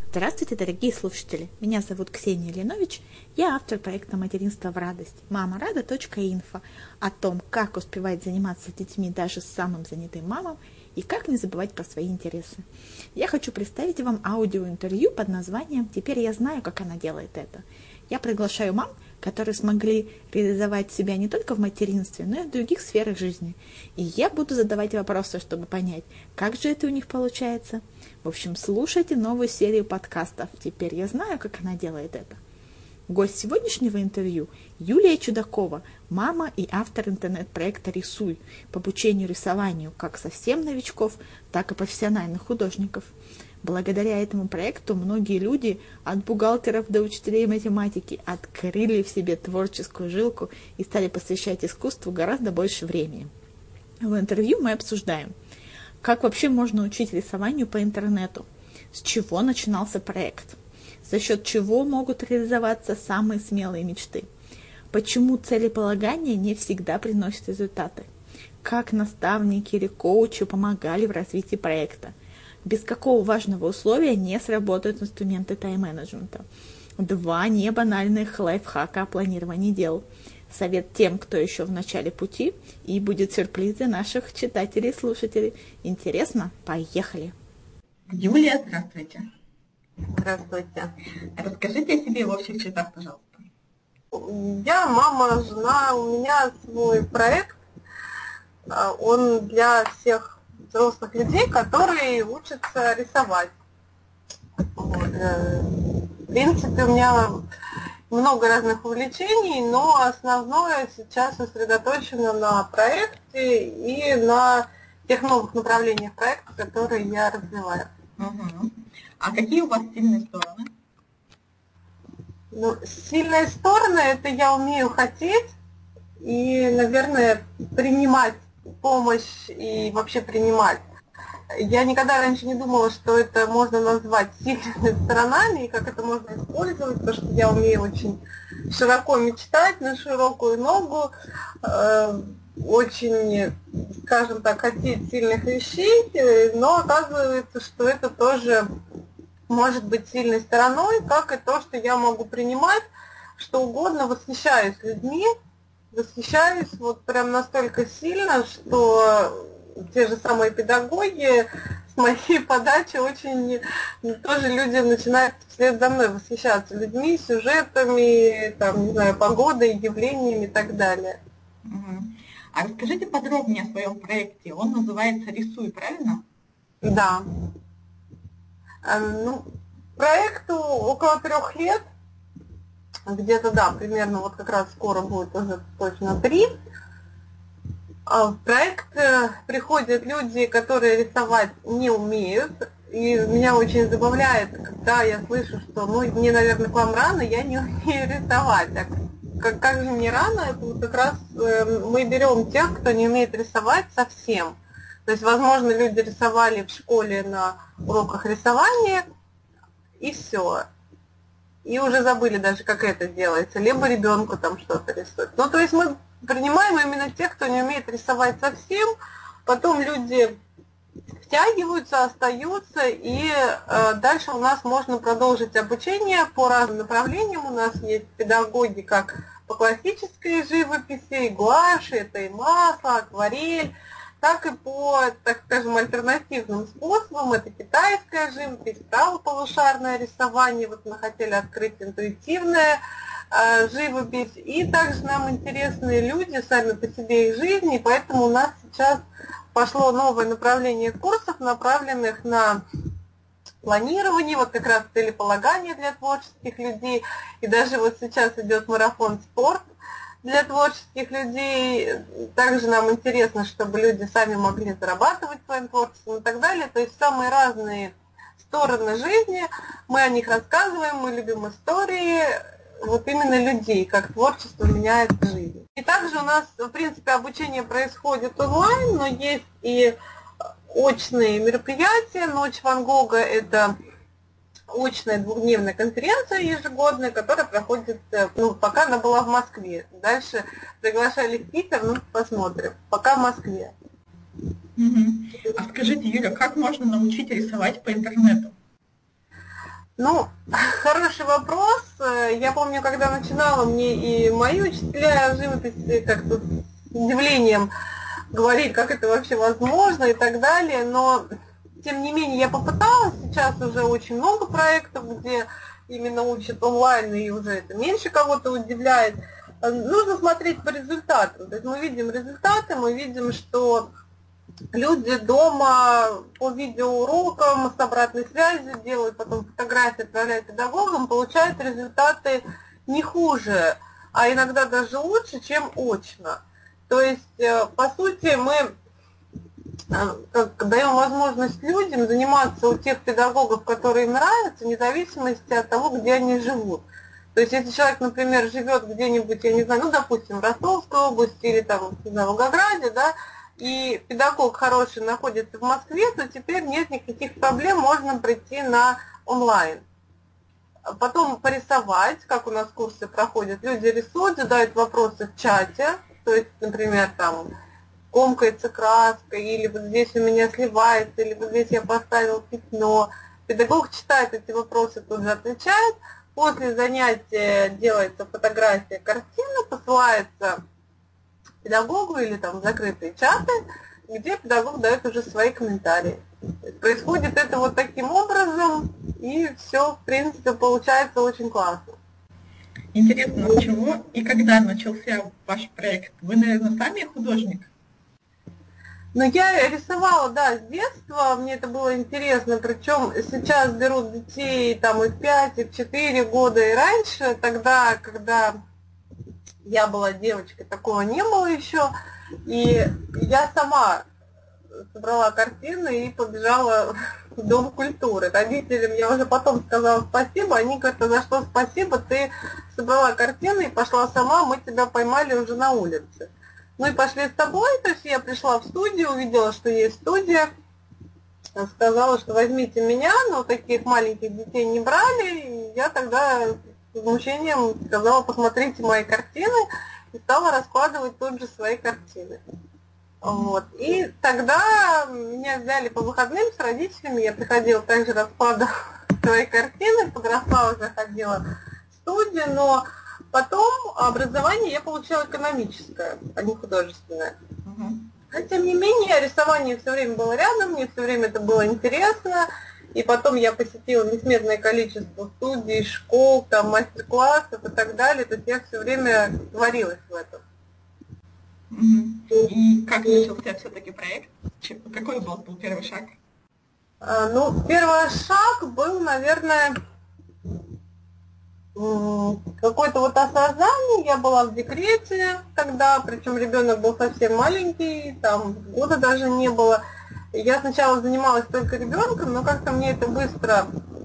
Здравствуйте, дорогие слушатели! Меня зовут Ксения Ленович, я автор проекта «Материнство в радость» mamarada.info о том, как успевать заниматься с детьми даже с самым занятым мамам и как не забывать про свои интересы. Я хочу представить вам аудиоинтервью под названием «Теперь я знаю, как она делает это». Я приглашаю мам, которые смогли реализовать себя не только в материнстве, но и в других сферах жизни. И я буду задавать вопросы, чтобы понять, как же это у них получается. В общем, слушайте новую серию подкастов. Теперь я знаю, как она делает это. Гость сегодняшнего интервью – Юлия Чудакова, мама и автор интернет-проекта «Рисуй» по обучению рисованию как совсем новичков, так и профессиональных художников. Благодаря этому проекту многие люди, от бухгалтеров до учителей математики, открыли в себе творческую жилку и стали посвящать искусству гораздо больше времени. В интервью мы обсуждаем, как вообще можно учить рисованию по интернету, с чего начинался проект, за счет чего могут реализоваться самые смелые мечты, почему целеполагание не всегда приносит результаты, как наставники или коучи помогали в развитии проекта, без какого важного условия не сработают инструменты тайм-менеджмента. 2 небанальных лайфхака о планировании дел. Совет тем, кто еще в начале пути, и будет сюрприз для наших читателей и слушателей. Интересно? Поехали! Юлия, здравствуйте. Здравствуйте. Расскажите о себе в общих чертах, пожалуйста. Я мама, жена, у меня свой проект. Он для всех взрослых людей, которые учатся рисовать. Вот. В принципе, у меня много разных увлечений, но основное сейчас сосредоточено на проекте и на тех новых направлениях проекта, которые я развиваю. Угу. А какие у вас сильные стороны? Ну, сильные стороны – это я умею хотеть и, наверное, принимать помощь и вообще принимать. Я никогда раньше не думала, что это можно назвать сильными сторонами и как это можно использовать, потому что я умею очень широко мечтать на широкую ногу, очень, скажем так, хотеть сильных вещей, но оказывается, что это тоже может быть сильной стороной, как и то, что я могу принимать что угодно, восхищаюсь людьми, восхищаюсь вот прям настолько сильно, что те же самые педагоги с моей подачи очень тоже люди начинают вслед за мной восхищаться людьми, сюжетами, там, не знаю, погодой, явлениями и так далее. Угу. А расскажите подробнее о своем проекте. Он называется «Рисуй», правильно? Да. Ну, проекту около 3 лет, где-то, да, примерно вот как раз скоро будет уже точно 3. В проект приходят люди, которые рисовать не умеют, и меня очень забавляет, когда я слышу, что, ну, мне, наверное, к вам рано, я не умею рисовать. А как же мне рано, это вот как раз мы берем тех, кто не умеет рисовать совсем. То есть, возможно, люди рисовали в школе на уроках рисования, и все. И уже забыли даже, как это делается. Либо ребенку там что-то рисует. Ну, то есть мы принимаем именно тех, кто не умеет рисовать совсем. Потом люди втягиваются, остаются, и дальше у нас можно продолжить обучение по разным направлениям. У нас есть педагоги как по классической живописи, гуашь, это и масло, акварель, так и по, так скажем, альтернативным способам. Это китайская живопись, правополушарное рисование. Вот мы хотели открыть интуитивное живопись. И также нам интересны люди сами по себе, их жизни, и поэтому у нас сейчас пошло новое направление курсов, направленных на планирование, вот как раз целеполагание для творческих людей. И даже вот сейчас идет марафон «Спорт» для творческих людей. Также нам интересно, чтобы люди сами могли зарабатывать своим творчеством и так далее. То есть самые разные стороны жизни, мы о них рассказываем, мы любим истории, вот именно людей, как творчество меняет жизнь. И также у нас, в принципе, обучение происходит онлайн, но есть и очные мероприятия. «Ночь Ван Гога» — это очная 2-дневная конференция ежегодная, которая проходит, ну, пока она была в Москве. Дальше приглашали в Питер, ну, посмотрим. Пока в Москве. Угу. А скажите, Юля, как можно научить рисовать по интернету? Ну, хороший вопрос. Я помню, когда начинала, мне и мои учителя живописи как-то с удивлением говорили, как это вообще возможно и так далее, но тем не менее я попыталась, сейчас уже очень много проектов, где именно учат онлайн, и уже это меньше кого-то удивляет. Нужно смотреть по результатам. То есть мы видим результаты, мы видим, что люди дома по видеоурокам с обратной связью делают, потом фотографии отправляют педагогам, получают результаты не хуже, а иногда даже лучше, чем очно. То есть, по сути, мы даем возможность людям заниматься у тех педагогов, которые им нравятся, вне зависимости от того, где они живут. То есть, если человек, например, живет где-нибудь, я не знаю, ну, допустим, в Ростовской области или там, не знаю, в Волгограде, да, и педагог хороший находится в Москве, то теперь нет никаких проблем, можно прийти на онлайн. Потом порисовать, как у нас курсы проходят. Люди рисуют, задают вопросы в чате, то есть, например, там, комкается краска, или вот здесь у меня сливается, или вот здесь я поставил пятно. Педагог читает эти вопросы, тут же отвечает. После занятия делается фотография картины, посылается педагогу или там закрытые чаты, где педагог дает уже свои комментарии. Происходит это вот таким образом, и все, в принципе, получается очень классно. Интересно, с чего и когда начался ваш проект? Вы, наверное, сами художник? Ну, я рисовала, да, с детства, мне это было интересно, причем сейчас берут детей там и в 5, и в 4 года, и раньше, тогда, когда я была девочкой, такого не было еще, и я сама собрала картины и побежала в Дом культуры. Родителям я уже потом сказала спасибо, они говорят, а за что спасибо, ты собрала картины и пошла сама, мы тебя поймали уже на улице. Ну и пошли с тобой, то есть я пришла в студию, увидела, что есть студия, сказала, что возьмите меня, но таких маленьких детей не брали, и я тогда с возмущением сказала, посмотрите мои картины, и стала раскладывать тут же свои картины. Вот. И тогда меня взяли по выходным с родителями, я приходила также раскладывать свои картины, подросла уже, ходила в студию, но потом образование я получила экономическое, а не художественное. Но тем не менее, рисование все время было рядом, мне все время это было интересно. И потом я посетила несметное количество студий, школ, там, мастер-классов и так далее. То есть я все время творилась в этом. И как начался все-таки проект? Какой был первый шаг? Ну, первый шаг был, наверное, какое-то вот осознание. Я была в декрете тогда, причем ребенок был совсем маленький, там года даже не было. Я сначала занималась только ребенком, но как-то мне это быстро,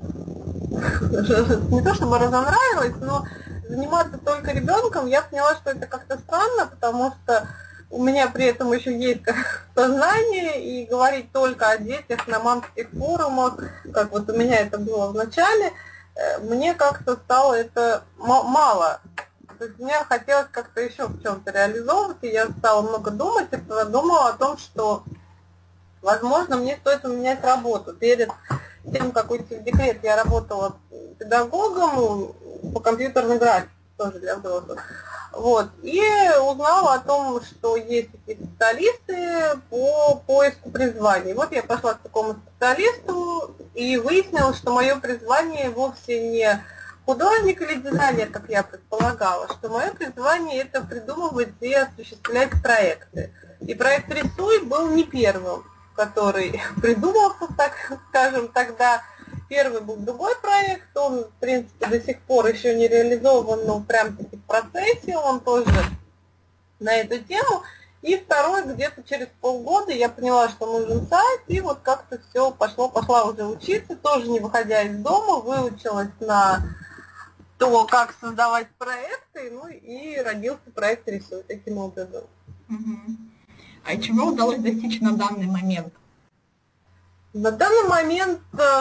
не то чтобы разонравилось, но заниматься только ребенком, я поняла, что это как-то странно, потому что у меня при этом еще есть сознание, и говорить только о детях на мамских форумах, как вот у меня это было в начале, мне как-то стало это мало. То есть мне хотелось как-то еще в чем-то реализовывать, и я стала много думать, и подумала о том, что, возможно, мне стоит поменять работу. Перед тем, как уйти в декрет, я работала педагогом по компьютерной графике, тоже для взрослых. Вот. И узнала о том, что есть такие специалисты по поиску призваний. Вот я пошла к такому специалисту и выяснила, что мое призвание вовсе не художник или дизайнер, как я предполагала, что мое призвание это придумывать и осуществлять проекты. И проект «Рисуй» был не первым, который придумался, так скажем, тогда. Первый был другой проект, он, в принципе, до сих пор еще не реализован, но прям-таки в процессе, он тоже на эту тему. И второй, где-то через полгода я поняла, что нужен сайт, и вот как-то все пошла уже учиться, тоже не выходя из дома, выучилась на то, как создавать проекты, ну и родился проект «Рисуй» таким образом. А чего удалось достичь на данный момент? На данный момент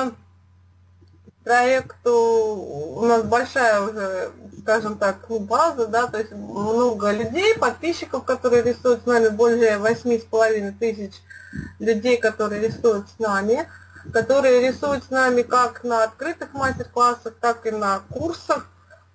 проекту у нас большая уже, скажем так, база, да, то есть много людей, подписчиков, которые рисуют с нами, более 8,5 тысяч людей, которые рисуют с нами. которые рисуют с нами как на открытых мастер-классах, так и на курсах.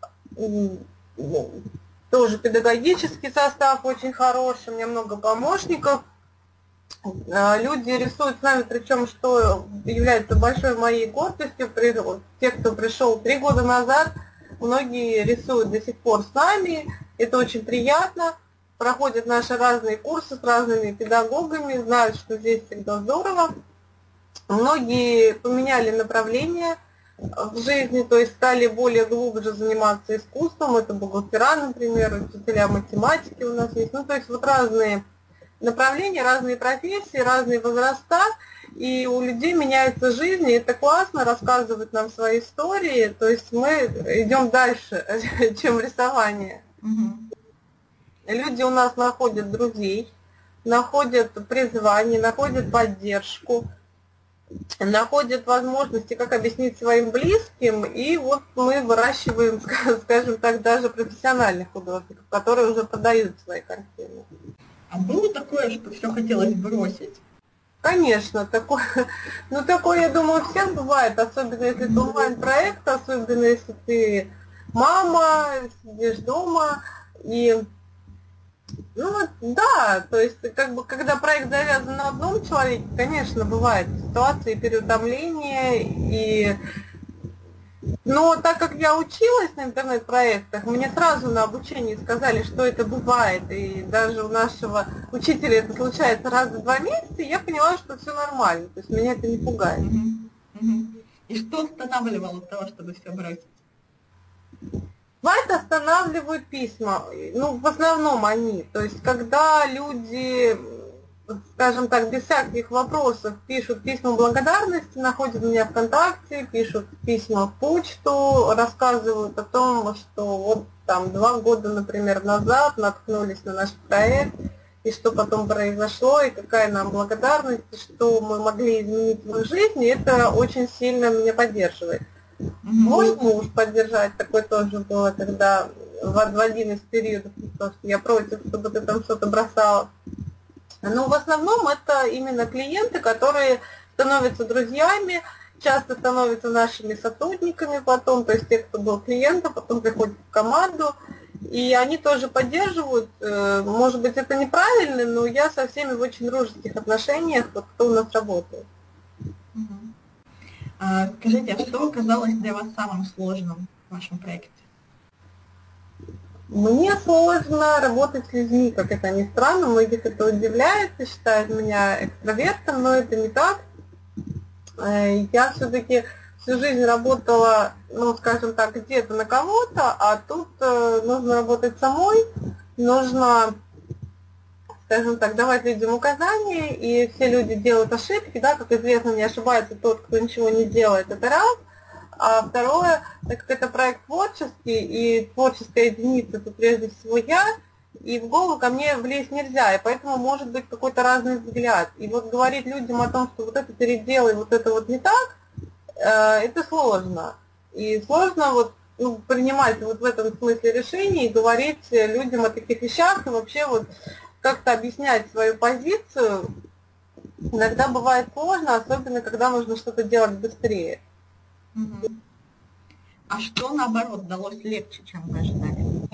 Тоже педагогический состав очень хороший, у меня много помощников. Люди рисуют с нами, причем, что является большой моей гордостью, те, кто пришел 3 года назад, многие рисуют до сих пор с нами, это очень приятно, проходят наши разные курсы с разными педагогами, знают, что здесь всегда здорово. Многие поменяли направление в жизни, то есть стали более глубже заниматься искусством, это бухгалтера, например, учителя математики у нас есть, то есть вот разные направления, разные профессии, разные возраста, и у людей меняется жизнь, и это классно, рассказывают нам свои истории, то есть мы идем дальше, чем рисование. Люди у нас находят друзей, находят призвание, находят поддержку, находят возможности, как объяснить своим близким, и вот мы выращиваем, скажем так, даже профессиональных художников, которые уже продают свои картины. А было такое, что все хотелось бросить? Конечно, такое, я думаю, у всех бывает, особенно если это онлайн-проект, особенно если ты мама, сидишь дома, и, да, то есть, когда проект завязан на одном человеке, конечно, бывают ситуации переутомления, но так как я училась на интернет-проектах, мне сразу на обучении сказали, что это бывает, и даже у нашего учителя это случается раз в 2 месяца, и я поняла, что все нормально, то есть меня это не пугает. И что останавливало от того, чтобы все бросить? Бывает, останавливают письма, в основном они, то есть когда люди, скажем так, без всяких вопросов пишут письма благодарности, находят меня ВКонтакте, пишут письма в почту, рассказывают о том, что вот там 2 года, например, назад наткнулись на наш проект, и что потом произошло, и какая нам благодарность, и что мы могли изменить в их жизни, это очень сильно меня поддерживает. Может муж поддержать, такое тоже было, когда в один из периодов, потому что я против, чтобы ты там что-то бросала. Но в основном это именно клиенты, которые становятся друзьями, часто становятся нашими сотрудниками потом, то есть те, кто был клиентом, потом приходят в команду, и они тоже поддерживают, может быть, это неправильно, но я со всеми в очень дружеских отношениях, вот кто у нас работает. Скажите, а что оказалось для вас самым сложным в вашем проекте? Мне сложно работать с людьми, как это ни странно, многих это удивляет и считают меня экстравертом, но это не так. Я все-таки всю жизнь работала, скажем так, где-то на кого-то, а тут нужно работать самой, нужно, скажем так, давать людям указания, и все люди делают ошибки, да, как известно, не ошибается тот, кто ничего не делает, это раз. А второе, так как это проект творческий, и творческая единица, это прежде всего я, и в голову ко мне влезть нельзя, и поэтому может быть какой-то разный взгляд. И вот говорить людям о том, что вот это переделай, вот это вот не так, это сложно. И сложно принимать в этом смысле решения и говорить людям о таких вещах, и вообще как-то объяснять свою позицию. Иногда бывает сложно, особенно когда нужно что-то делать быстрее. А что, наоборот, далось легче, чем вы ожидали?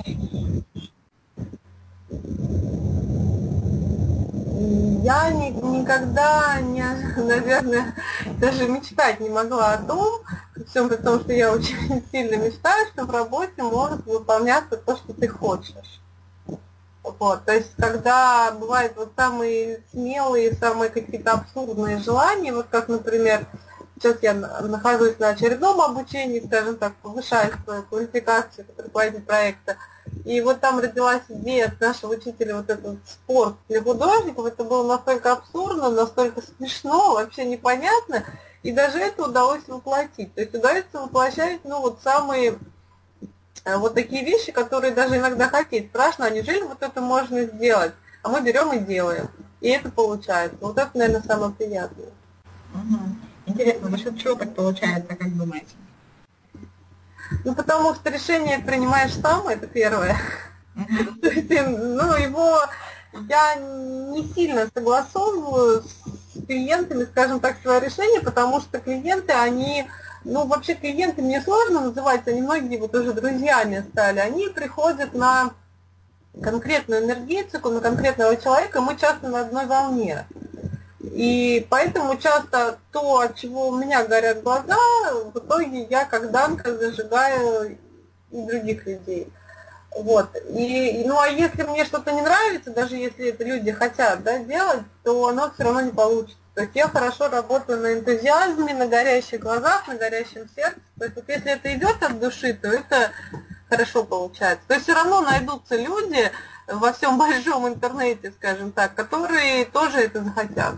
Я никогда, наверное, даже мечтать не могла о том, при том, что я очень сильно мечтаю, что в работе может выполняться то, что ты хочешь. То есть, когда бывают самые смелые, самые какие-то абсурдные желания, как, например, сейчас я нахожусь на очередном обучении, скажем так, повышаю свою квалификацию как руководитель проекта. И там родилась идея от нашего учителя, этот спорт для художников. Это было настолько абсурдно, настолько смешно, вообще непонятно. И даже это удалось воплотить. То есть удается воплощать, самые такие вещи, которые даже иногда хотеть страшно, а неужели это можно сделать? А мы берем и делаем. И это получается. Это, наверное, самое приятное. Интересно, за счет чего так получается, как думаете? Потому что решение принимаешь сам, это первое. То есть, его я не сильно согласовываю с с клиентами, скажем так, свое решение, потому что клиенты, они, ну, вообще клиенты мне сложно называть, они многие вот уже друзьями стали, они приходят на конкретную энергетику, на конкретного человека, мы часто на одной волне. И поэтому часто то, от чего у меня горят глаза, в итоге я как данка зажигаю и других людей. Вот. Ну а если мне что-то не нравится, даже если это люди хотят, да, делать, то оно все равно не получится. То есть я хорошо работаю на энтузиазме, на горящих глазах, на горящем сердце. То есть вот если это идет от души, то это хорошо получается. То есть все равно найдутся люди во всем большом интернете, скажем так, которые тоже это захотят.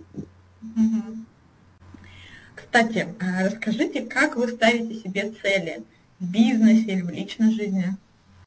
Кстати, расскажите, как вы ставите себе цели в бизнесе или в личной жизни?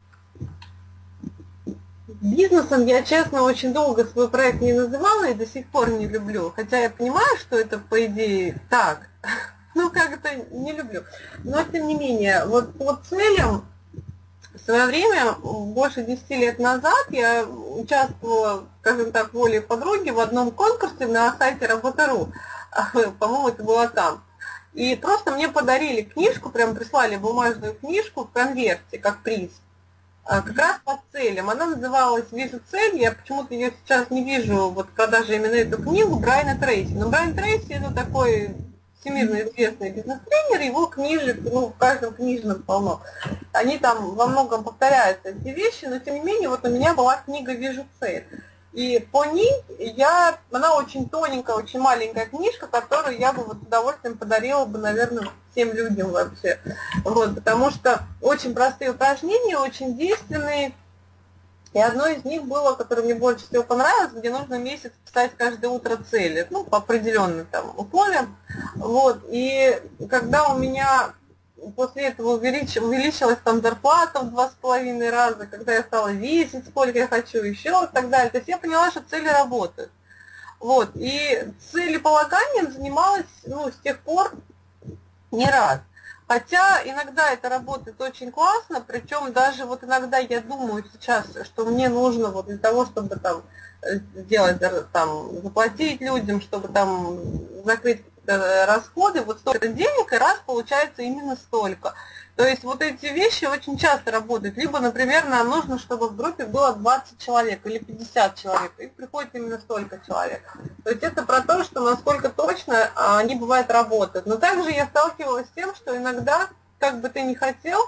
Бизнесом я, честно, очень долго свой проект не называла и до сих пор не люблю. Хотя я понимаю, что это, по идее, так. Ну, как-то не люблю. Но, тем не менее, вот по целям в свое время, больше 10 лет назад, я участвовала, скажем так, волей подруги в одном конкурсе на сайте Работа.ру. По-моему, это было там. И просто мне подарили книжку, прям прислали бумажную книжку в конверте, как приз. Как раз по целям. Она называлась «Вижу цель». Я почему-то ее сейчас не вижу вот в продаже именно эту книгу Брайана Трейси. Но Брайан Трейси это такой всемирно известный бизнес-тренер, его книжек, ну, в каждом книжном полно. Они там во многом повторяются, эти вещи, но тем не менее вот у меня была книга «Вижу цель». И по ней она очень тоненькая, очень маленькая книжка, которую я бы вот с удовольствием подарила бы, наверное, всем людям вообще. Вот, потому что очень простые упражнения, очень действенные. И одно из них было, которое мне больше всего понравилось, где нужно месяц писать каждое утро цели, ну, по определенным там условиям. Вот, и когда у меня после этого увеличилась там зарплата в 2,5 раза, когда я стала весить, сколько я хочу, еще и так далее. То есть я поняла, что цели работают. Вот. И целеполаганием занималась, ну, с тех пор не раз. Хотя иногда это работает очень классно, причем даже вот иногда я думаю сейчас, что мне нужно вот для того, чтобы там сделать, там, заплатить людям, чтобы там закрыть расходы, вот столько денег, и раз получается именно столько. То есть вот эти вещи очень часто работают. Либо, например, нам нужно, чтобы в группе было 20 человек или 50 человек, и приходит именно столько человек. То есть это про то, что насколько точно они, бывает, работают. Но также я сталкивалась с тем, что иногда, как бы ты ни хотел,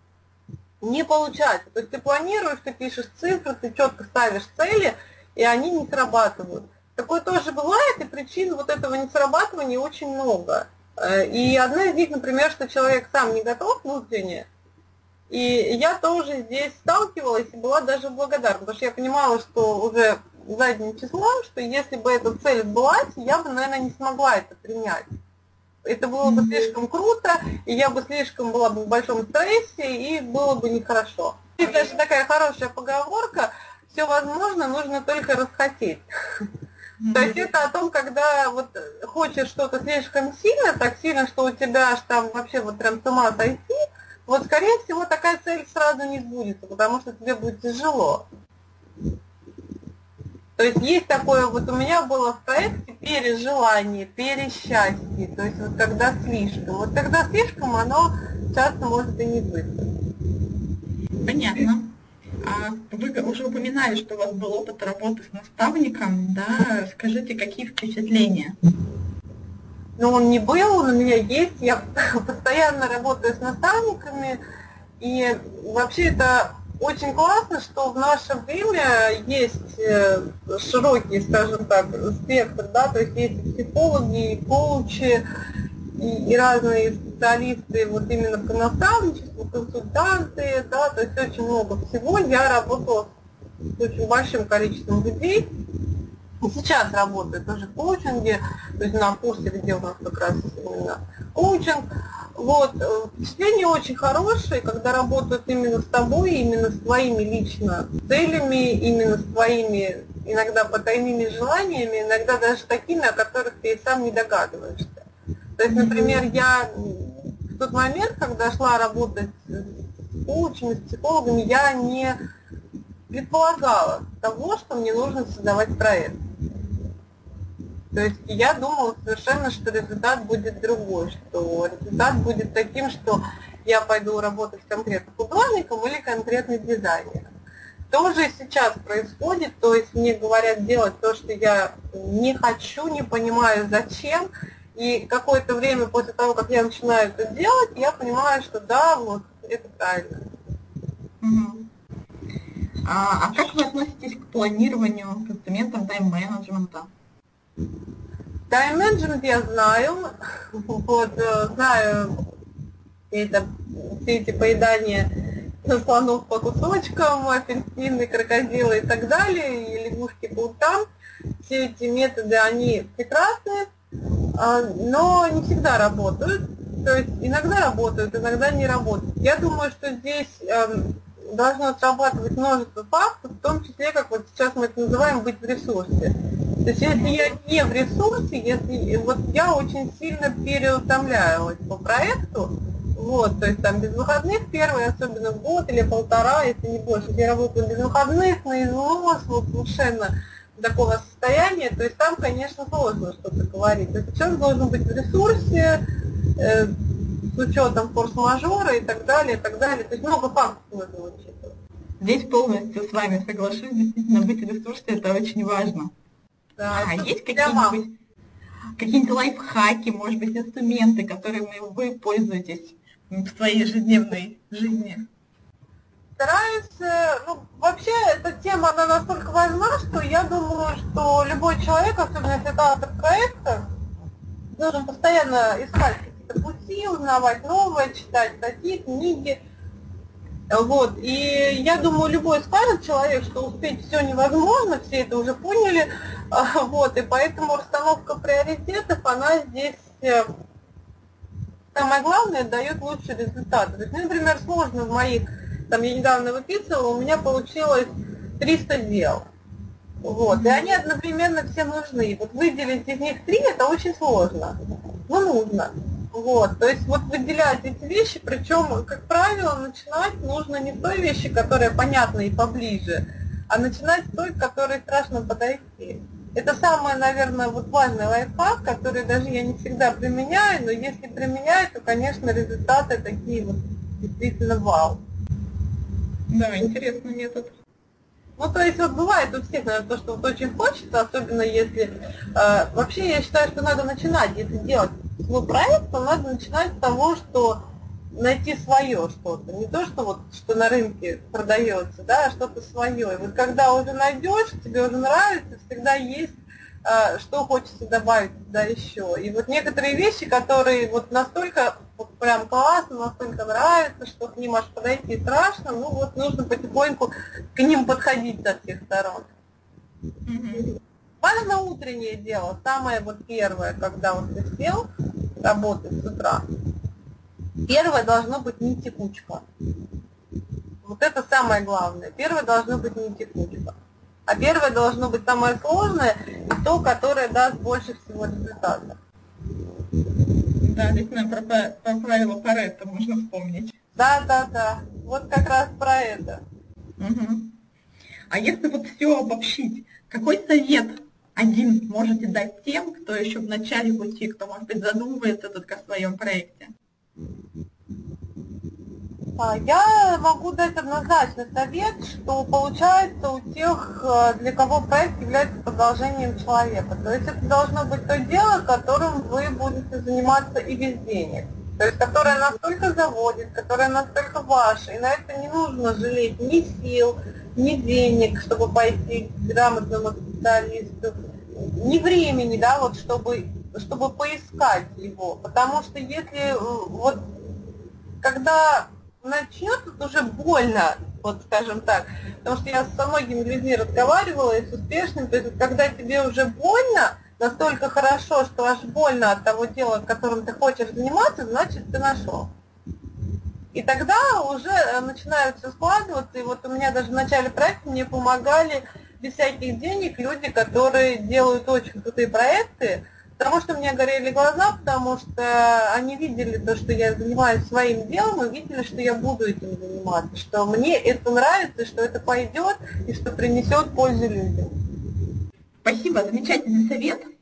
не получается. То есть ты планируешь, ты пишешь цифры, ты четко ставишь цели, и они не срабатывают. Такое тоже бывает, и причин вот этого несрабатывания очень много. И одна из них, например, что человек сам не готов внутренне. И я тоже здесь сталкивалась и была даже благодарна, потому что я понимала, что уже задним числом, что если бы эта цель сбылась, я бы, наверное, не смогла это принять. Это было бы слишком круто, и я бы слишком была бы в большом стрессе, и было бы нехорошо. И даже такая хорошая поговорка: все возможно, нужно только расхотеть. То есть это о том, когда вот хочешь что-то слишком сильно, так сильно, что у тебя аж там вообще вот прям с ума сойти, вот скорее всего такая цель сразу не сбудется, потому что тебе будет тяжело. То есть есть такое, вот у меня было в проекте пережелание, пересчастье, то есть вот когда слишком. Вот когда слишком, оно часто может и не сбыться. Понятно. Вы уже упоминали, что у вас был опыт работы с наставником, да? Скажите, какие впечатления? Ну, он не был, он у меня есть. Я постоянно работаю с наставниками. И вообще это очень классно, что в наше время есть широкий, скажем так, спектр, да, то есть есть и психологи, и коучи, и разные специалисты вот именно по наставничеству, консультанты, да, то есть очень много всего. Я работала с очень большим количеством людей. И сейчас работаю тоже в коучинге, то есть на курсе, где у нас как раз именно коучинг. Вот, впечатление очень хорошее, когда работают именно с тобой, именно с твоими лично целями, именно с твоими иногда потайными желаниями, иногда даже такими, о которых ты и сам не догадываешься. То есть, например, я в тот момент, когда шла работать с коучами, с психологами, я не предполагала того, что мне нужно создавать проект. То есть я думала совершенно, что результат будет другой, что результат будет таким, что я пойду работать конкретно художником или конкретно дизайнером. То же сейчас происходит, то есть мне говорят делать то, что я не хочу, не понимаю зачем, и какое-то время после того, как я начинаю это делать, я понимаю, что да, вот это правильно. А как вы относитесь к планированию, к инструментам тайм-менеджмента? Тайм-менеджмент я знаю, вот, знаю все эти поедания слонов по кусочкам, апельсины, крокодилы и так далее, и лягушки по утрам. Все эти методы, они прекрасны, но не всегда работают. То есть иногда работают, иногда не работают. Я думаю, что здесь должно срабатывать множество факторов, в том числе, как вот сейчас мы это называем, быть в ресурсе. То есть если я не в ресурсе, если вот я очень сильно переутомляюсь по проекту, вот, то есть там без выходных первый, особенно год или полтора, если не больше, я работаю без выходных, на износ, вот совершенно такого состояния, то есть там, конечно, сложно что-то говорить. То есть человек должен быть в ресурсе, с учетом форс-мажора и так далее, и так далее. То есть много фактов нужно учитывать. Здесь полностью с вами соглашусь, действительно, быть в ресурсе – это очень важно. Да, есть какие-нибудь лайфхаки, может быть, инструменты, которыми вы пользуетесь в своей ежедневной жизни? Стараюсь, вообще эта тема, она настолько важна, что я думаю, что любой человек, особенно если это автор проекта, должен постоянно искать какие-то пути, узнавать новое, читать статьи, книги. Вот. И я думаю, любой скажет человек, что успеть все невозможно, все это уже поняли. Вот. И поэтому расстановка приоритетов, она здесь самое главное, дает лучший результат. То есть, например, сложно в моих, там я недавно выписывала, у меня получилось 300 дел. Вот. И они одновременно все нужны. Вот выделить из них 3 это очень сложно. Но нужно. Вот. То есть вот выделять эти вещи, причем, как правило, начинать нужно не с той вещи, которая понятна и поближе, а начинать с той, к которой страшно подойти. Это самый, наверное, вот важный лайфхак, который даже я не всегда применяю, но если применяю, то, конечно, результаты такие вот действительно вау. Да, интересный метод. Ну, то есть вот бывает у всех, наверное, то, что вот очень хочется, особенно если... вообще я считаю, что надо начинать, если делать свой проект, то надо начинать с того, что найти свое что-то. Не то, что вот что на рынке продается, да, а что-то свое. И вот когда уже найдешь, тебе уже нравится, всегда есть, что хочется добавить туда еще. И вот некоторые вещи, которые вот настолько вот прям классно, настолько нравятся, что к ним аж подойти страшно, ну вот нужно потихоньку к ним подходить со всех сторон. Важно утреннее дело, самое вот первое, когда вот ты сел работать с утра. Первое должно быть не текучка. Вот это самое главное. Первое должно быть не текучка. А первое должно быть самое сложное и то, которое даст больше всего результата. Да, действительно, про правило Паретто можно вспомнить. Да. Вот как раз про это. А если вот все обобщить, какой совет один можете дать тем, кто еще в начале пути, кто, может быть, задумывается только о своем проекте? Я могу дать однозначный совет, что получается у тех, для кого проект является продолжением человека. То есть это должно быть то дело, которым вы будете заниматься и без денег. То есть которое настолько заводит, которое настолько ваше. И на это не нужно жалеть ни сил, ни денег, чтобы пойти к грамотному специалисту, ни времени, да, вот чтобы поискать его. Потому что если вот когда начнет, это уже больно, вот скажем так, потому что я со многими людьми разговаривала и с успешными, то есть когда тебе уже больно, настолько хорошо, что аж больно от того дела, которым ты хочешь заниматься, значит ты нашел. И тогда уже начинают все складываться, и вот у меня даже в начале проекта мне помогали без всяких денег люди, которые делают очень крутые проекты, потому что мне горели глаза, потому что они видели то, что я занимаюсь своим делом, и видели, что я буду этим заниматься, что мне это нравится, что это пойдет и что принесет пользу людям. Спасибо, замечательный совет.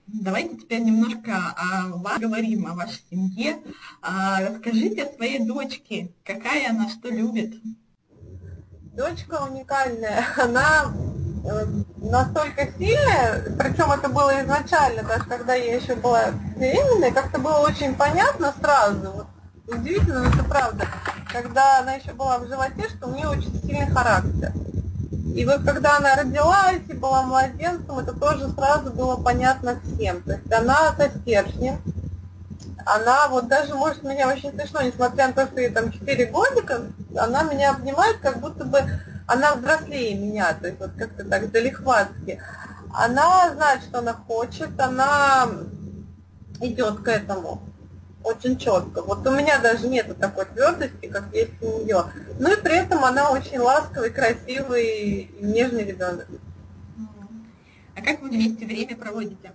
Давайте теперь немножко о вас говорим, о вашей семье. Расскажите о своей дочке, какая она, что любит. Дочка уникальная, она настолько сильная, причем это было изначально, даже когда я еще была беременной, как-то было очень понятно сразу, вот, удивительно, но это правда, когда она еще была в животе, что у нее очень сильный характер. И вот когда она родилась и была младенцем, это тоже сразу было понятно всем. То есть она со стержнем, она вот даже может меня очень смешно, несмотря на то, что ей там 4 годика, она меня обнимает, как будто бы она взрослее меня, то есть вот как-то так залихватски. Она знает, что она хочет, она идет к этому очень четко. Вот у меня даже нету такой твердости, как есть у нее. Ну и при этом она очень ласковый, красивый и нежный ребенок. А как вы вместе время проводите?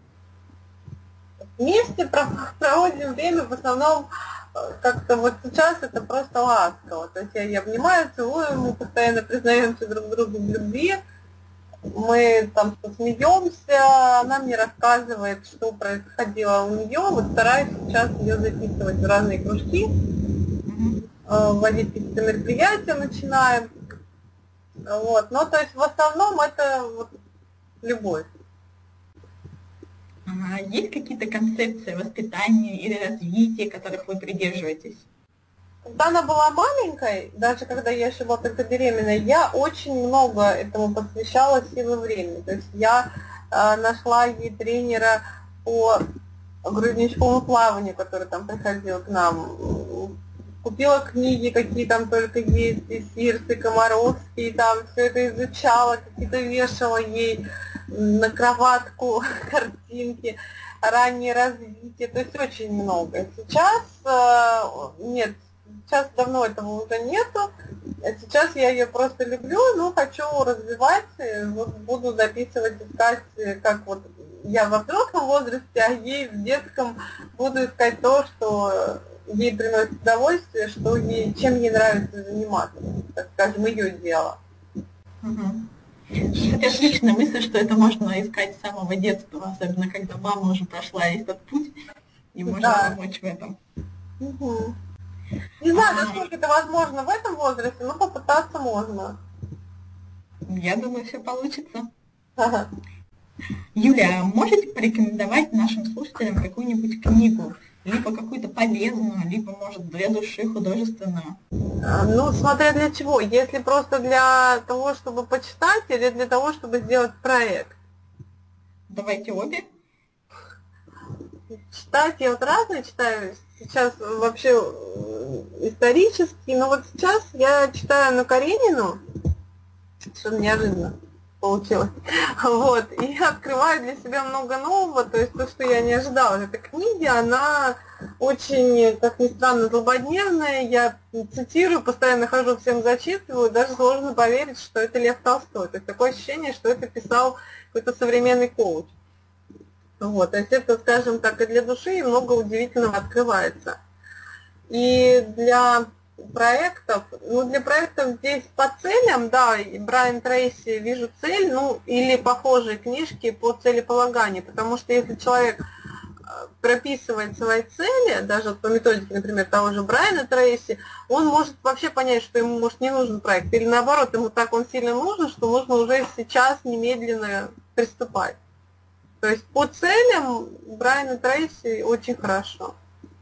Вместе проводим время в основном как-то вот сейчас это просто ласково. То есть я ее обнимаю, целую, мы постоянно признаемся друг другу в любви. Мы там смеемся, она мне рассказывает, что происходило у нее. Вот стараюсь сейчас ее записывать в разные кружки, вводить какие-то мероприятия начинаем. Вот. Но то есть в основном это вот любовь. Есть какие-то концепции воспитания или развития, которых вы придерживаетесь? Когда она была маленькой, даже когда я еще была только беременной, я очень много этому посвящала силы времени. То есть я нашла ей тренера по грудничковому плаванию, который там приходил к нам. Купила книги, какие там только есть, и Сирс, и Комаровский, там все это изучала, какие-то вешала ей на кроватку картинки, раннее развитие, то есть очень много. Сейчас нет, сейчас давно этого уже нету, сейчас я ее просто люблю, но хочу развивать, вот буду записывать, искать, как вот я во взрослом возрасте, а ей в детском буду искать то, что ей приносит удовольствие, что ей, чем ей нравится заниматься, так скажем, ее дело. Кстати, отличная мысль, что это можно искать с самого детства, особенно когда мама уже прошла этот путь и может помочь в этом. Не знаю, насколько это возможно в этом возрасте, но попытаться можно. Я думаю, все получится. Юля, можете порекомендовать нашим слушателям какую-нибудь книгу? Либо какую-то полезную, либо, может, для души художественную? Ну, смотря для чего. Если просто для того, чтобы почитать, или для того, чтобы сделать проект? Давайте обе. Читать я вот разные читаю. Сейчас вообще исторический, но вот сейчас я читаю Анну Каренину, что неожиданно получилось. Вот, и я открываю для себя много нового, то есть то, что я не ожидала. Эта книга, она очень, как ни странно, злободневная, я цитирую, постоянно хожу, всем зачитываю, даже сложно поверить, что это Лев Толстой. То есть такое ощущение, что это писал какой-то современный коуч. Вот, то есть это, скажем так, и для души, и много удивительного открывается. И для проектов, ну для проектов здесь по целям, да, Брайан Трейси «Вижу цель», ну или похожие книжки по целеполаганию, потому что если человек прописывает свои цели, даже по методике, например, того же Брайана Трейси, он может вообще понять, что ему, может, не нужен проект, или наоборот, ему так он сильно нужен, что нужно уже сейчас немедленно приступать. То есть по целям Брайана Трейси очень хорошо.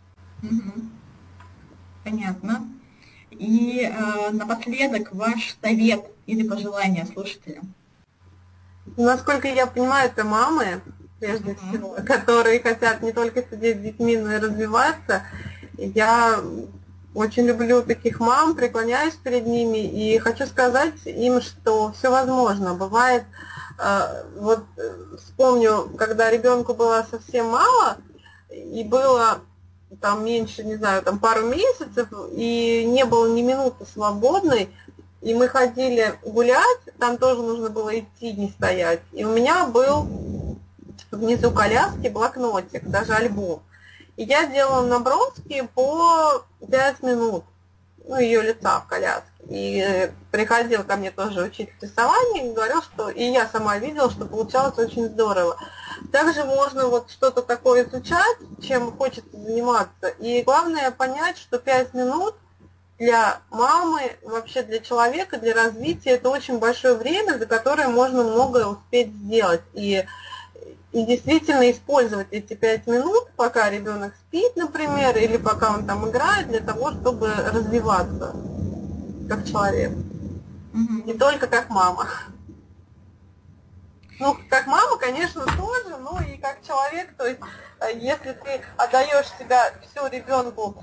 Понятно. И напоследок ваш совет или пожелание слушателям? Насколько я понимаю, это мамы, прежде всего, которые хотят не только сидеть с детьми, но и развиваться. Я очень люблю таких мам, преклоняюсь перед ними и хочу сказать им, что все возможно. Бывает, вот вспомню, когда ребенку было совсем мало, и было там меньше, не знаю, там пару месяцев, и не было ни минуты свободной, и мы ходили гулять, там тоже нужно было идти, не стоять. И у меня был внизу коляски блокнотик, даже альбом. И я делала наброски по 5 минут, ну, ее лица в коляске. И приходил ко мне тоже учитель рисования и говорил, что... И я сама видела, что получалось очень здорово. Также можно вот что-то такое изучать, чем хочется заниматься. И главное понять, что 5 минут для мамы, вообще для человека, для развития, это очень большое время, за которое можно многое успеть сделать. И действительно использовать эти 5 минут, пока ребенок спит, например, или пока он там играет, для того, чтобы развиваться как человек. Не только как мама. Ну, как мама, конечно, тоже, но и как человек, то есть, если ты отдаешь себя всю ребенку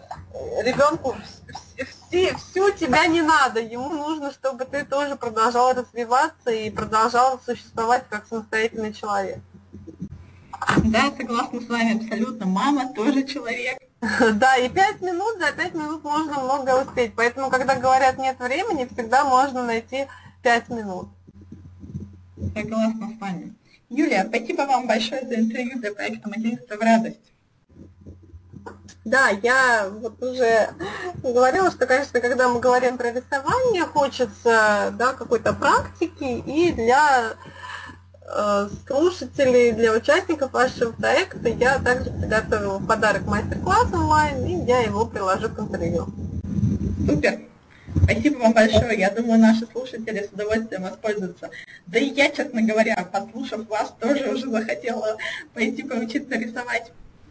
всю тебя не надо, ему нужно, чтобы ты тоже продолжал развиваться и продолжал существовать как самостоятельный человек. Да, согласна с вами абсолютно. Мама тоже человек. Да, и 5 минут, за 5 минут можно много успеть. Поэтому, когда говорят нет времени, всегда можно найти 5 минут. Согласна с вами. Юлия, спасибо вам большое за интервью для проекта «Материнство в радость». Да, я вот уже говорила, что, конечно, когда мы говорим про рисование, хочется, да, какой-то практики, и для слушателей, для участников вашего проекта я также приготовила в подарок мастер-класс онлайн, и я его приложу к интервью. Супер! Спасибо вам большое. Я думаю, наши слушатели с удовольствием воспользуются. Да и я, честно говоря, послушав вас, тоже уже захотела пойти поучиться рисовать.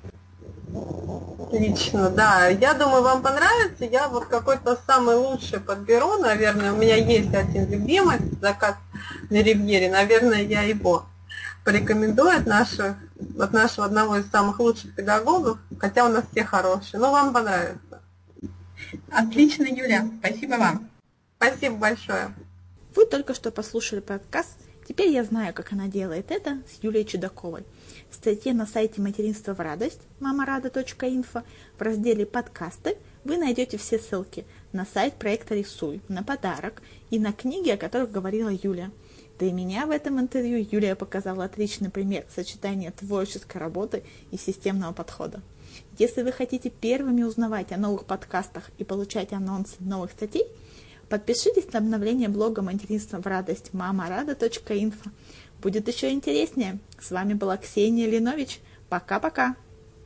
Отлично, да. Я думаю, вам понравится. Я вот какой-то самый лучший подберу. Наверное, у меня есть один любимый заказ на Ривьере. Наверное, я его порекомендую от нашего одного из самых лучших педагогов. Хотя у нас все хорошие. Но вам понравится. Отлично, Юля. Спасибо вам. Спасибо большое. Вы только что послушали подкаст «Теперь я знаю, как она делает это» с Юлией Чудаковой. В статье на сайте «Материнство в радость» mamarada.info в разделе «Подкасты» вы найдете все ссылки на сайт проекта «Рисуй», на подарок и на книги, о которых говорила Юля. Да и меня в этом интервью Юлия показала отличный пример сочетания творческой работы и системного подхода. Если вы хотите первыми узнавать о новых подкастах и получать анонсы новых статей, подпишитесь на обновление блога «Материнство в радость» mamarada.info. Будет еще интереснее. С вами была Ксения Линович. Пока-пока.